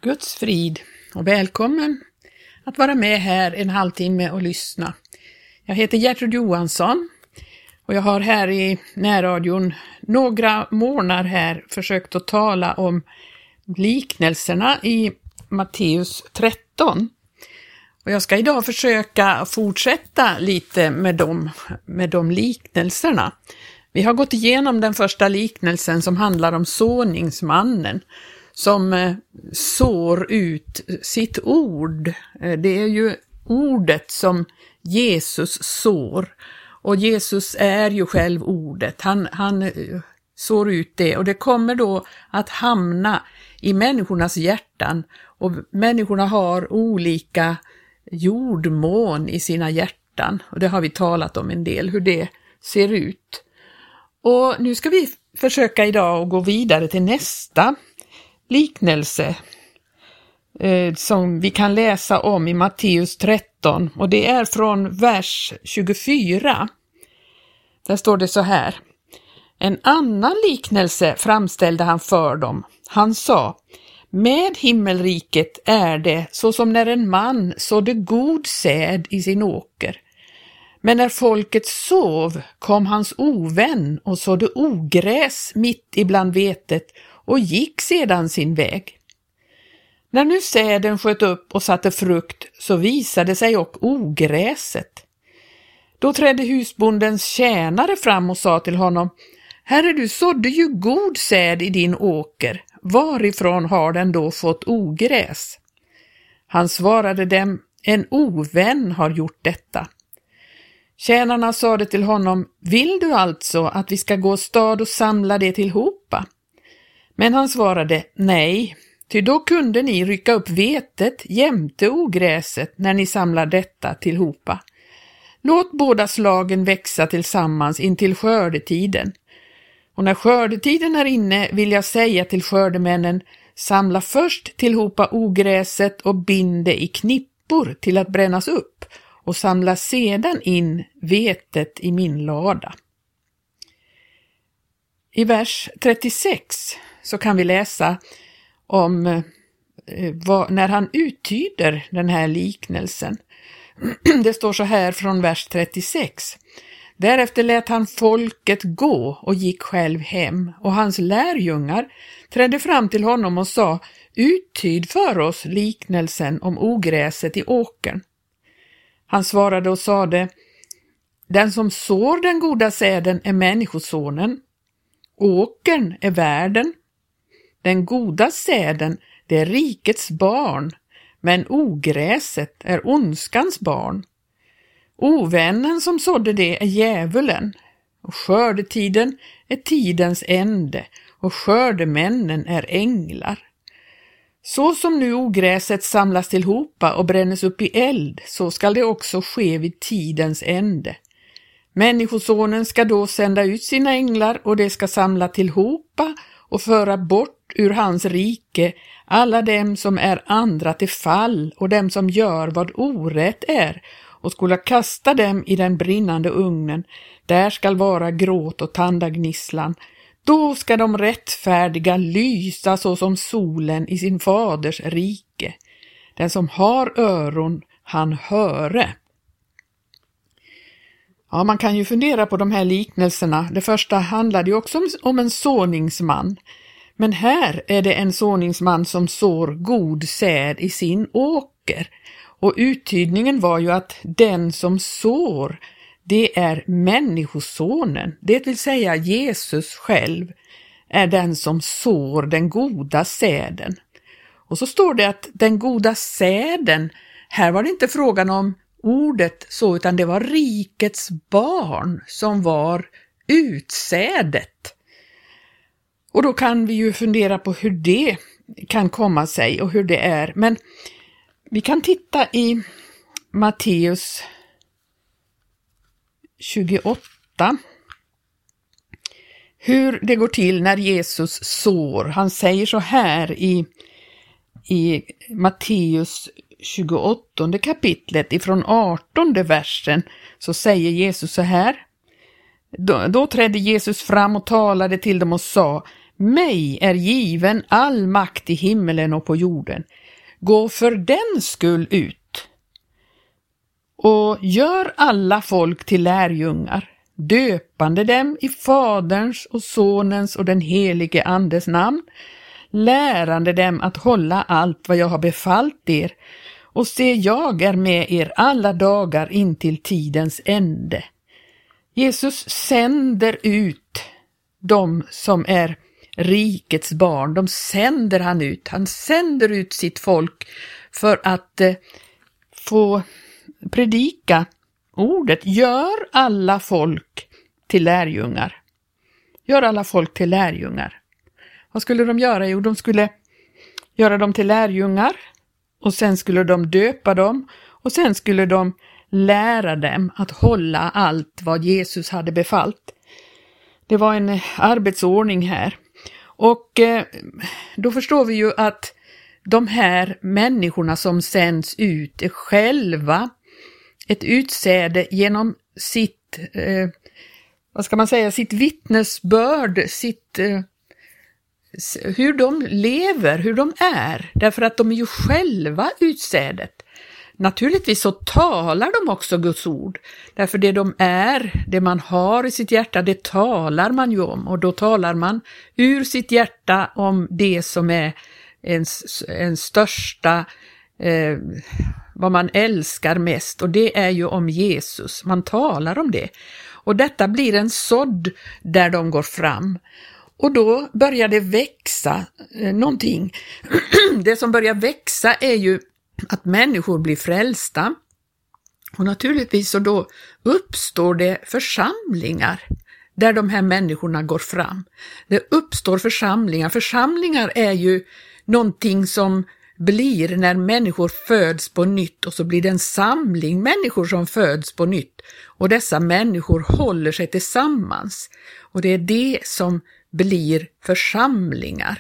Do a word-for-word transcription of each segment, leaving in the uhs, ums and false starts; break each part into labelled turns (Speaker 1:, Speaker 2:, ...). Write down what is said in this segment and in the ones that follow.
Speaker 1: Guds frid och välkommen att vara med här en halvtimme och lyssna. Jag heter Gertrud Johansson och jag har här i närradion några månader här försökt att tala om liknelserna i Matteus tretton. Och jag ska idag försöka fortsätta lite med de, med de liknelserna. Vi har gått igenom den första liknelsen som handlar om såningsmannen som sår ut sitt ord. Det är ju ordet som Jesus sår. Och Jesus är ju själv ordet. Han, han sår ut det och det kommer då att hamna i människornas hjärtan. Och människorna har olika jordmån i sina hjärtan. Och det har vi talat om en del, hur det ser ut. Och nu ska vi försöka idag att gå vidare till nästa liknelse eh, som vi kan läsa om i Matteus tretton. Och det är från vers tjugofyra. Där står det så här. En annan liknelse framställde han för dem. Han sa: med himmelriket är det så som när en man sådde god säd i sin åker. Men när folket sov kom hans ovän och sådde ogräs mitt ibland vetet och gick sedan sin väg. När nu säden sköt upp och satte frukt så visade sig och ogräset. Då trädde husbondens tjänare fram och sa till honom: Herre, du sådde ju god säd i din åker. Varifrån har den då fått ogräs? Han svarade dem: en ovän har gjort detta. Tjänarna sade till honom: vill du alltså att vi ska gå stad och samla det tillhopa? Men han svarade: nej, ty då kunde ni rycka upp vetet jämte ogräset när ni samlar detta tillhopa. Låt båda slagen växa tillsammans intill skördetiden. Och när skördetiden är inne vill jag säga till skördemännen: samla först tillhopa ogräset och bind det i knippor till att brännas upp och samla sedan in vetet i min lada. I vers trettiosex så kan vi läsa om eh, vad, när han uttyder den här liknelsen. Det står så här från vers trettiosex. Därefter lät han folket gå och gick själv hem, och hans lärjungar trädde fram till honom och sa: uttyd för oss liknelsen om ogräset i åkern. Han svarade och sade: den som sår den goda säden är människosonen. Åkern är världen. Den goda säden, det är rikets barn, men ogräset är ondskans barn. Ovännen som sådde det är djävulen, och skördetiden är tidens ände, och skördemännen är änglar. Så som nu ogräset samlas tillhopa och brännes upp i eld, så skall det också ske vid tidens ände. Människosonen ska då sända ut sina änglar, och det ska samla tillhopa och föra bort ur hans rike alla dem som är andra till fall och dem som gör vad orätt är, och skola kasta dem i den brinnande ugnen. Där skall vara gråt och tandagnisslan. Då ska de rättfärdiga lysa så som solen i sin faders rike. Den som har öron, han höre. Ja, man kan ju fundera på de här liknelserna. Det första handlade ju också om, om en såningsman. Men här är det en såningsman som sår god säd i sin åker. Och uttydningen var ju att den som sår, det är människosonen. Det vill säga Jesus själv är den som sår den goda säden. Och så står det att den goda säden, här var det inte frågan om ordet så, utan det var rikets barn som var utsädet. Och då kan vi ju fundera på hur det kan komma sig och hur det är. Men vi kan titta i Matteus tjugoåtta. Hur det går till när Jesus sår. Han säger så här i, i Matteus tjugoåttonde kapitlet ifrån artonde versen, så säger Jesus så här: då, då trädde Jesus fram och talade till dem och sa: Mig är given all makt i himmelen och på jorden. Gå för den skull ut och gör alla folk till lärjungar, döpande dem i Faderns och Sonens och den helige Andes namn, lärande dem att hålla allt vad jag har befallt er, och se, jag är med er alla dagar in till tidens ände. Jesus sänder ut de som är rikets barn, de sänder han ut. Han sänder ut sitt folk för att eh, få predika ordet. Gör alla folk till lärjungar. Gör alla folk till lärjungar. Vad skulle de göra? Jo, de skulle göra dem till lärjungar och sen skulle de döpa dem och sen skulle de lära dem att hålla allt vad Jesus hade befallt. Det var en arbetsordning här. Och eh, då förstår vi ju att de här människorna som sänds ut är själva ett utsäde genom sitt, eh, vad ska man säga, sitt vittnesbörd, sitt, eh, hur de lever, hur de är. Därför att de är ju själva utsädet. Naturligtvis så talar de också Guds ord. Därför det de är, det man har i sitt hjärta, det talar man ju om. Och då talar man ur sitt hjärta om det som är ens, ens största, eh, vad man älskar mest. Och det är ju om Jesus. Man talar om det. Och detta blir en sådd där de går fram. Och då börjar det växa eh, någonting. Det som börjar växa är ju att människor blir frälsta. Och naturligtvis så då uppstår det församlingar där de här människorna går fram. Det uppstår församlingar. Församlingar är ju någonting som blir när människor föds på nytt, och så blir det en samling människor som föds på nytt. Och dessa människor håller sig tillsammans. Och det är det som blir församlingar.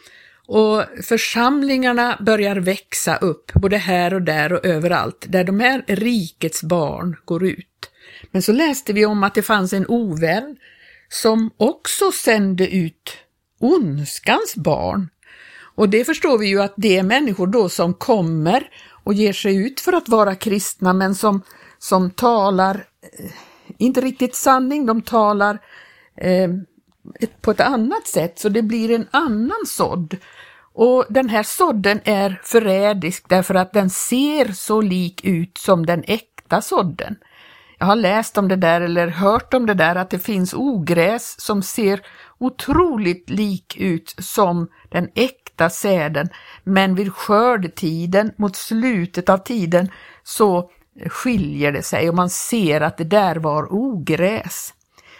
Speaker 1: Och församlingarna börjar växa upp både här och där och överallt där de här rikets barn går ut. Men så läste vi om att det fanns en ovän som också sände ut ondskans barn. Och det förstår vi ju att det är människor då som kommer och ger sig ut för att vara kristna, men som, som talar eh, inte riktigt sanning, de talar eh, ett, på ett annat sätt, så det blir en annan sådd. Och den här sådden är förrädisk därför att den ser så lik ut som den äkta sådden. Jag har läst om det där eller hört om det där att det finns ogräs som ser otroligt lik ut som den äkta säden, men vid skördetiden, mot slutet av tiden, så skiljer det sig och man ser att det där var ogräs.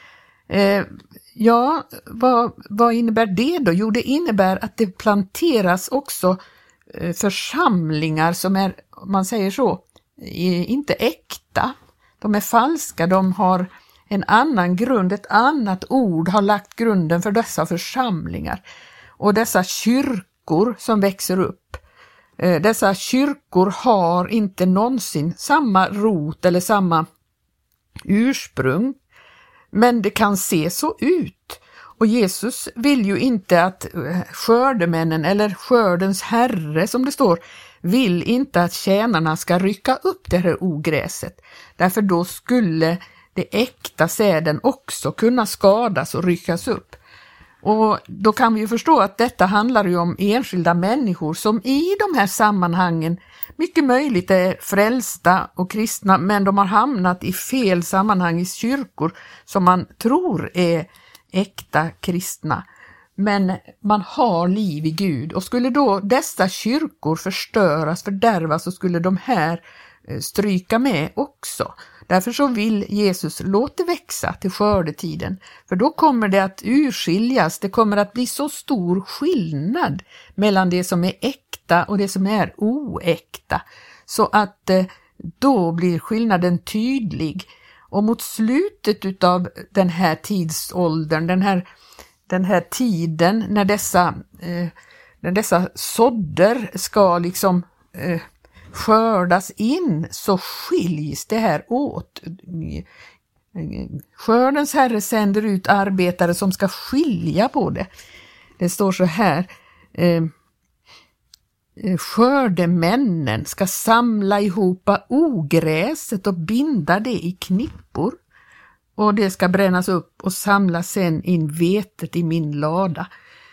Speaker 1: Eh, ja, vad, vad innebär det då? Jo, det innebär att det planteras också eh, församlingar som är, man säger så, inte äkta. De är falska, de har en annan grund, ett annat ord har lagt grunden för dessa församlingar. Och dessa kyrkor som växer upp, eh, dessa kyrkor har inte någonsin samma rot eller samma ursprung, men det kan se så ut. Och Jesus vill ju inte att skördemännen eller skördens herre, som det står, vill inte att tjänarna ska rycka upp det här ogräset. Därför då skulle det äkta säden också kunna skadas och ryckas upp. Och då kan vi ju förstå att detta handlar ju om enskilda människor som i de här sammanhangen mycket möjligt är frälsta och kristna, men de har hamnat i fel sammanhang i kyrkor som man tror är äkta kristna. Men man har liv i Gud, och skulle då dessa kyrkor förstöras, fördärvas, så skulle de här stryka med också. Därför så vill Jesus låta växa till skördetiden, för då kommer det att urskiljas, det kommer att bli så stor skillnad mellan det som är äkta och det som är oäkta, så att eh, då blir skillnaden tydlig. Och mot slutet av den här tidsåldern, den här, den här tiden när dessa, eh, när dessa sådder ska liksom eh, skördas in, så skiljs det här åt. Skördens herre sänder ut arbetare som ska skilja på det. Det står så här: eh, skördemännen ska samla ihop ogräset och binda det i knippor, och det ska brännas upp och samlas sen in vetet i min lada.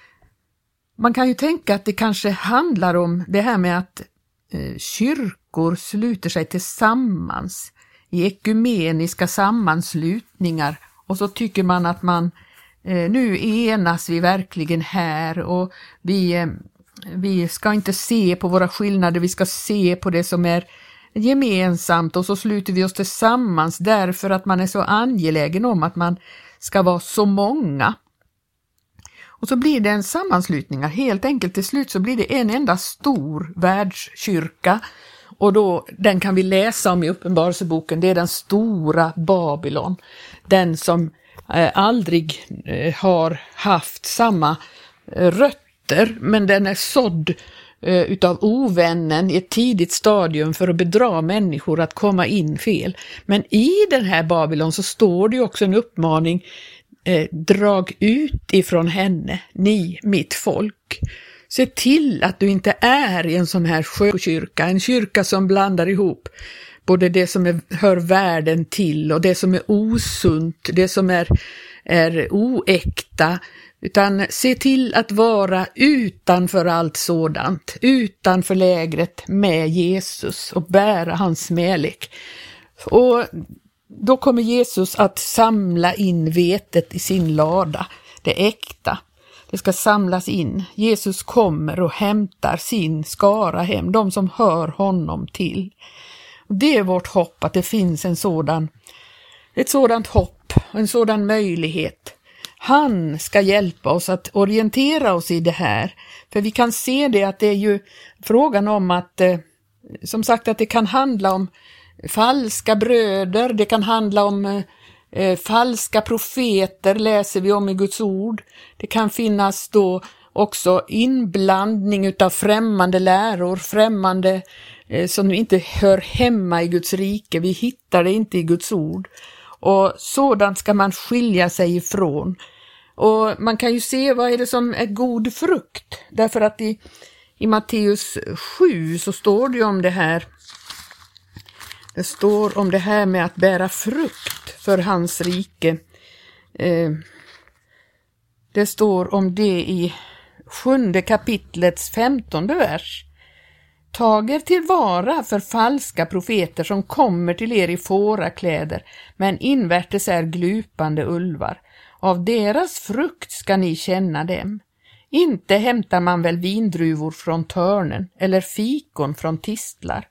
Speaker 1: Man kan ju tänka att det kanske handlar om det här med att eh, kyrkor sluter sig tillsammans i ekumeniska sammanslutningar, och så tycker man att man eh, nu enas vi verkligen här, och vi, eh, vi ska inte se på våra skillnader, vi ska se på det som är gemensamt, och så sluter vi oss tillsammans därför att man är så angelägen om att man ska vara så många. Och så blir det en sammanslutning, helt enkelt till slut så blir det en enda stor världskyrka, och då, den kan vi läsa om i Uppenbarelseboken. Det är den stora Babylon, den som eh, aldrig eh, har haft samma eh, rötter, men den är sådd eh, utav ovännen i ett tidigt stadium för att bedra människor att komma in fel. Men i den här Babylon så står det också en uppmaning: Eh, drag ut ifrån henne, ni mitt folk. Se till att du inte är i en sån här sjökyrka, en kyrka som blandar ihop både det som är, hör världen till och det som är osunt, det som är, är oäkta, utan se till att vara utanför allt sådant, utanför lägret med Jesus och bära hans smälek. Och då kommer Jesus att samla in vetet i sin lada, det äkta. Det ska samlas in. Jesus kommer och hämtar sin skara hem, de som hör honom till. Det är vårt hopp, att det finns en sådan, ett sådant hopp, en sådan möjlighet. Han ska hjälpa oss att orientera oss i det här. För vi kan se det att det är ju frågan om att, eh, som sagt, att det kan handla om falska bröder, det kan handla om eh, falska profeter, läser vi om i Guds ord. Det kan finnas då också inblandning utav främmande läror, främmande eh, som inte hör hemma i Guds rike. Vi hittar det inte i Guds ord. Och sådant ska man skilja sig ifrån. Och man kan ju se vad är det som är god frukt. Därför att i, i Matteus sju så står det ju om det här. Det står om det här med att bära frukt för hans rike. Eh, det står om det i sjunde kapitlets femtonde vers. Tager tillvara för falska profeter som kommer till er i fårakläder, men invärtes är glupande ulvar. Av deras frukt ska ni känna dem. Inte hämtar man väl vindruvor från törnen eller fikon från tistlar.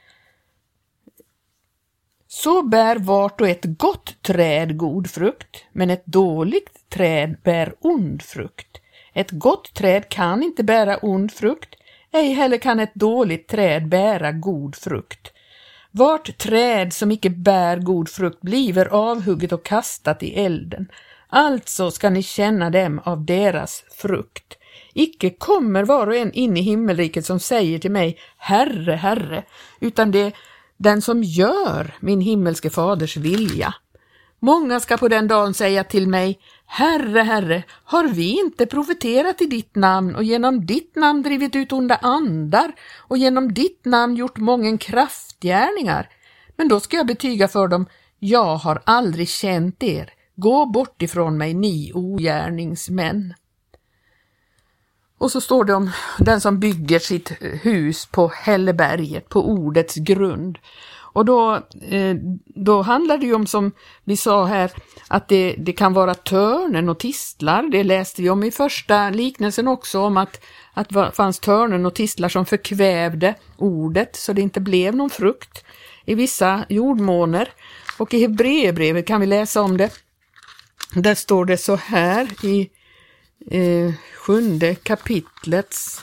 Speaker 1: Så bär vart och ett gott träd god frukt, men ett dåligt träd bär ond frukt. Ett gott träd kan inte bära ond frukt, ej heller kan ett dåligt träd bära god frukt. Vart träd som icke bär god frukt bliver avhugget och kastat i elden. Alltså ska ni känna dem av deras frukt. Icke kommer var och en in i himmelriket som säger till mig, Herre, Herre, utan det är den som gör min himmelske faders vilja. Många ska på den dagen säga till mig, Herre, Herre, har vi inte profeterat i ditt namn och genom ditt namn drivit ut onda andar och genom ditt namn gjort många kraftgärningar? Men då ska jag betyga för dem, jag har aldrig känt er. Gå bort ifrån mig, ni ogärningsmän. Och så står det om den som bygger sitt hus på hälleberget, på ordets grund. Och då, eh, då handlar det ju om, som vi sa här, att det, det kan vara törnen och tistlar. Det läste vi om i första liknelsen också, om att, att det fanns törnen och tistlar som förkvävde ordet så det inte blev någon frukt i vissa jordmåner. Och i Hebreerbrevet kan vi läsa om det. Där står det så här i eh, sjunde kapitlets,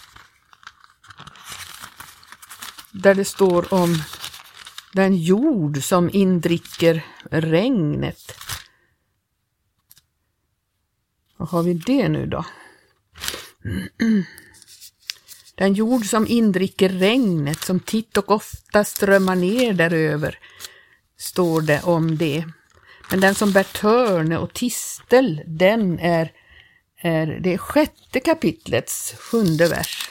Speaker 1: där det står om den jord som indricker regnet. Vad har vi det nu då? Den jord som indricker regnet, som titt och ofta strömmar ner däröver, står det om det. Men den som bär törne och tistel, den är är det sjätte kapitlets sjunde vers.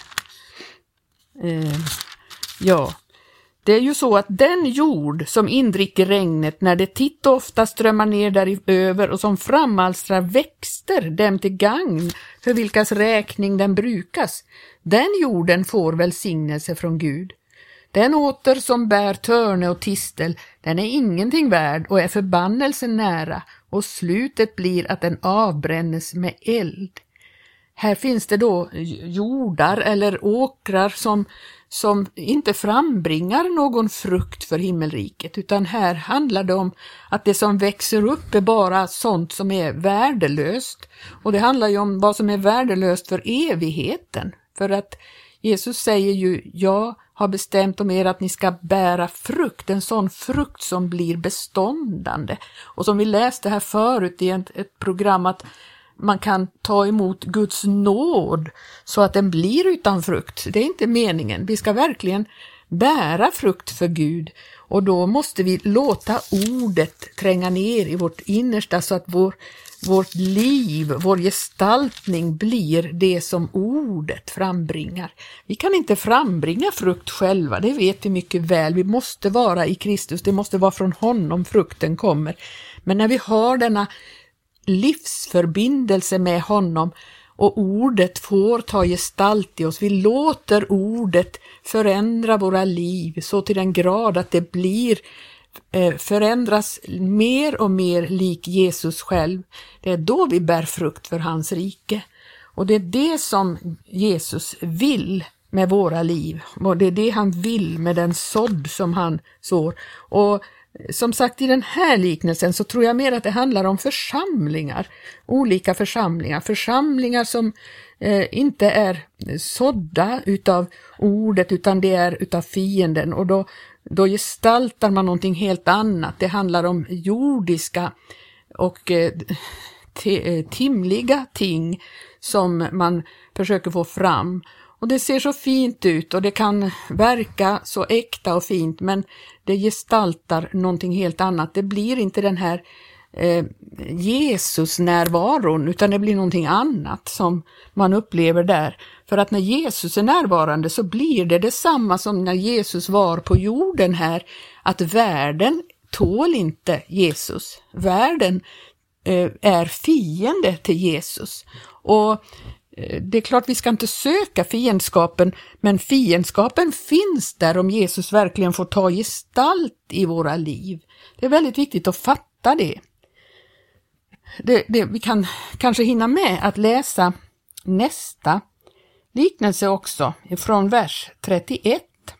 Speaker 1: Eh, ja, det är ju så att den jord som indricker regnet när det titt och ofta strömmar ner däröver och som framalstrar växter dem till gagn för vilkas räkning den brukas, den jorden får välsignelse från Gud. Den åter som bär törne och tistel, den är ingenting värd och är förbannelsen nära, och slutet blir att den avbrännes med eld. Här finns det då jordar eller åkrar som, som inte frambringar någon frukt för himmelriket, utan här handlar det om att det som växer upp är bara sånt som är värdelöst. Och det handlar ju om vad som är värdelöst för evigheten. För att Jesus säger ju, jag har bestämt om er att ni ska bära frukt, en sån frukt som blir beståndande. Och som vi läste här förut i ett, ett program, att man kan ta emot Guds nåd så att den blir utan frukt. Det är inte meningen. Vi ska verkligen bära frukt för Gud, och då måste vi låta ordet tränga ner i vårt innersta så att vår, vårt liv, vår gestaltning blir det som ordet frambringar. Vi kan inte frambringa frukt själva, det vet vi mycket väl. Vi måste vara i Kristus, det måste vara från honom frukten kommer. Men när vi har denna livsförbindelse med honom och ordet får ta gestalt i oss, vi låter ordet förändra våra liv så till den grad att det blir eh, förändras mer och mer lik Jesus själv. Det är då vi bär frukt för hans rike, och det är det som Jesus vill med våra liv, och det är det han vill med den sådd som han sår. Och som sagt, i den här liknelsen så tror jag mer att det handlar om församlingar, olika församlingar, församlingar som eh, inte är sådda utav ordet utan det är utav fienden, och då, då gestaltar man någonting helt annat. Det handlar om jordiska och eh, te, timliga ting som man försöker få fram. Och det ser så fint ut och det kan verka så äkta och fint, men det gestaltar någonting helt annat. Det blir inte den här eh, Jesus-närvaron, utan det blir någonting annat som man upplever där. För att när Jesus är närvarande så blir det detsamma som när Jesus var på jorden här, att världen tål inte Jesus. Världen eh, är fiende till Jesus. Och det är klart vi ska inte söka fiendskapen, men fiendskapen finns där om Jesus verkligen får ta gestalt i våra liv. Det är väldigt viktigt att fatta det. det, det vi kan kanske hinna med att läsa nästa liknelse också från vers trettioett.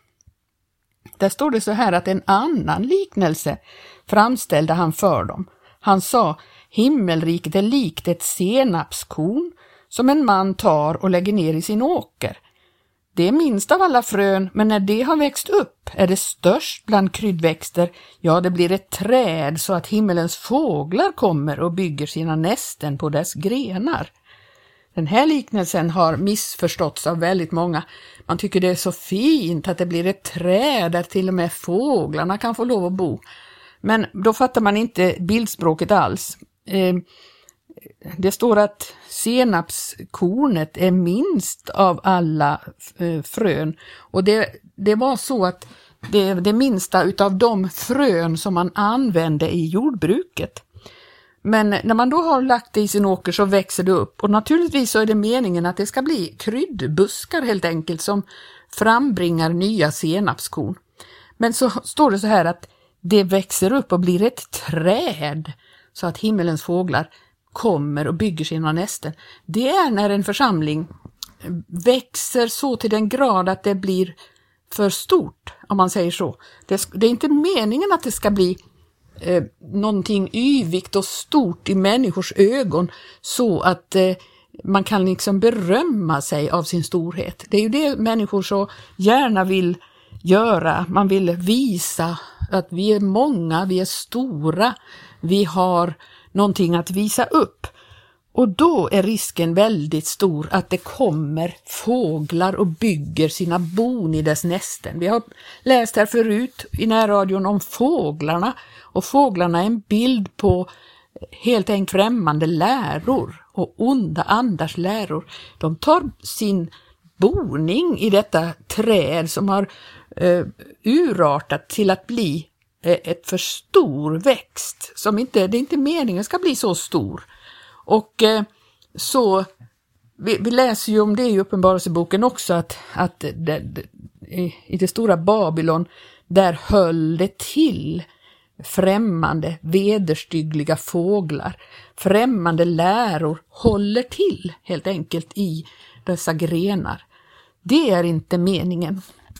Speaker 1: Där står det så här att en annan liknelse framställde han för dem. Han sa, himmelriket är likt ett senapskorn som en man tar och lägger ner i sin åker. Det är minst av alla frön, men när det har växt upp är det störst bland kryddväxter. Ja, det blir ett träd så att himmelens fåglar kommer och bygger sina nästen på dess grenar. Den här liknelsen har missförståtts av väldigt många. Man tycker det är så fint att det blir ett träd där till och med fåglarna kan få lov att bo. Men då fattar man inte bildspråket alls. Eh, Det står att senapskornet är minst av alla frön, och det, det var så att det är det minsta utav de frön som man använde i jordbruket. Men när man då har lagt det i sin åker så växer det upp, och naturligtvis så är det meningen att det ska bli kryddbuskar helt enkelt som frambringar nya senapskorn. Men så står det så här att det växer upp och blir ett träd så att himmelens fåglar kommer och bygger sina nästen. Det är när en församling växer så till den grad att det blir för stort, om man säger så. Det, det är inte meningen att det ska bli eh, någonting yvigt och stort i människors ögon så att eh, man kan liksom berömma sig av sin storhet. Det är ju det människor så gärna vill göra. Man vill visa att vi är många, vi är stora, vi har någonting att visa upp. Och då är risken väldigt stor att det kommer fåglar och bygger sina bon i dess nästen. Vi har läst här förut i närradion om fåglarna, och fåglarna är en bild på helt enkelt främmande läror och onda andars läror. De tar sin boning i detta träd som har eh, urartat till att bli eh, ett för stor växt. Som inte, det är inte meningen ska bli så stor. Och eh, så, vi, vi läser ju om det i Uppenbarelseboken också, att, att det, det, i det stora Babylon, där höll det till främmande, vederstyggliga fåglar. Främmande läror håller till helt enkelt i dessa grenar. Det är inte meningen.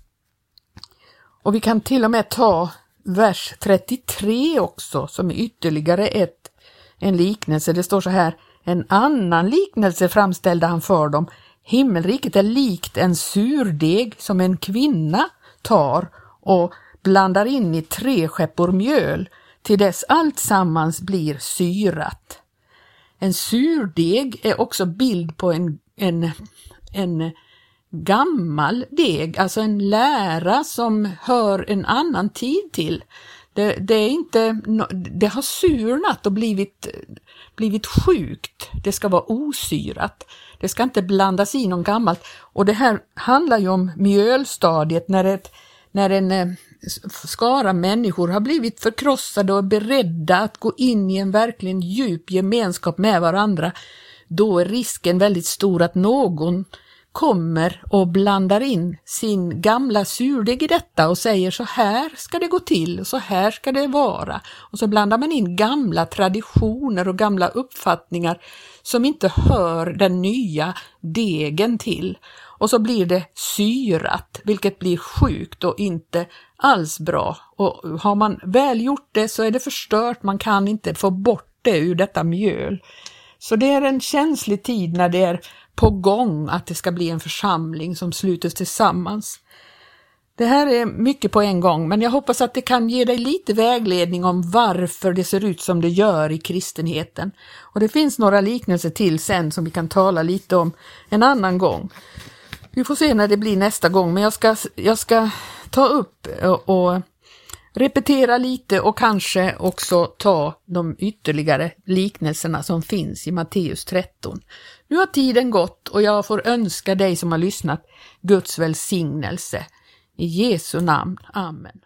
Speaker 1: Och vi kan till och med ta vers trettiotre också, som är ytterligare ett, en liknelse. Det står så här: en annan liknelse framställde han för dem. Himmelriket är likt en surdeg som en kvinna tar och blandar in i tre skeppor mjöl till dess allt sammans blir syrat. En surdeg är också bild på en, en, en gammal deg, alltså en lära som hör en annan tid till. Det, det, är inte, det har surnat och blivit, blivit sjukt. Det ska vara osyrat. Det ska inte blandas i någon gammalt. Och det här handlar ju om mjölstadiet, när, ett, när en skara människor har blivit förkrossade och beredda att gå in i en verkligen djup gemenskap med varandra. Då är risken väldigt stor att någon kommer och blandar in sin gamla surdeg i detta och säger så här ska det gå till, så här ska det vara. Och så blandar man in gamla traditioner och gamla uppfattningar som inte hör den nya degen till. Och så blir det syrat, vilket blir sjukt och inte alls bra. Och har man väl gjort det så är det förstört, man kan inte få bort det ur detta mjöl. Så det är en känslig tid när det är på gång att det ska bli en församling som sluter tillsammans. Det här är mycket på en gång, men jag hoppas att det kan ge dig lite vägledning om varför det ser ut som det gör i kristenheten. Och det finns några liknelser till sen som vi kan tala lite om en annan gång. Vi får se när det blir nästa gång, men jag ska, jag ska ta upp och, och repetera lite och kanske också ta de ytterligare liknelserna som finns i Matteus tretton. Nu har tiden gått och jag får önska dig som har lyssnat Guds välsignelse. I Jesu namn. Amen.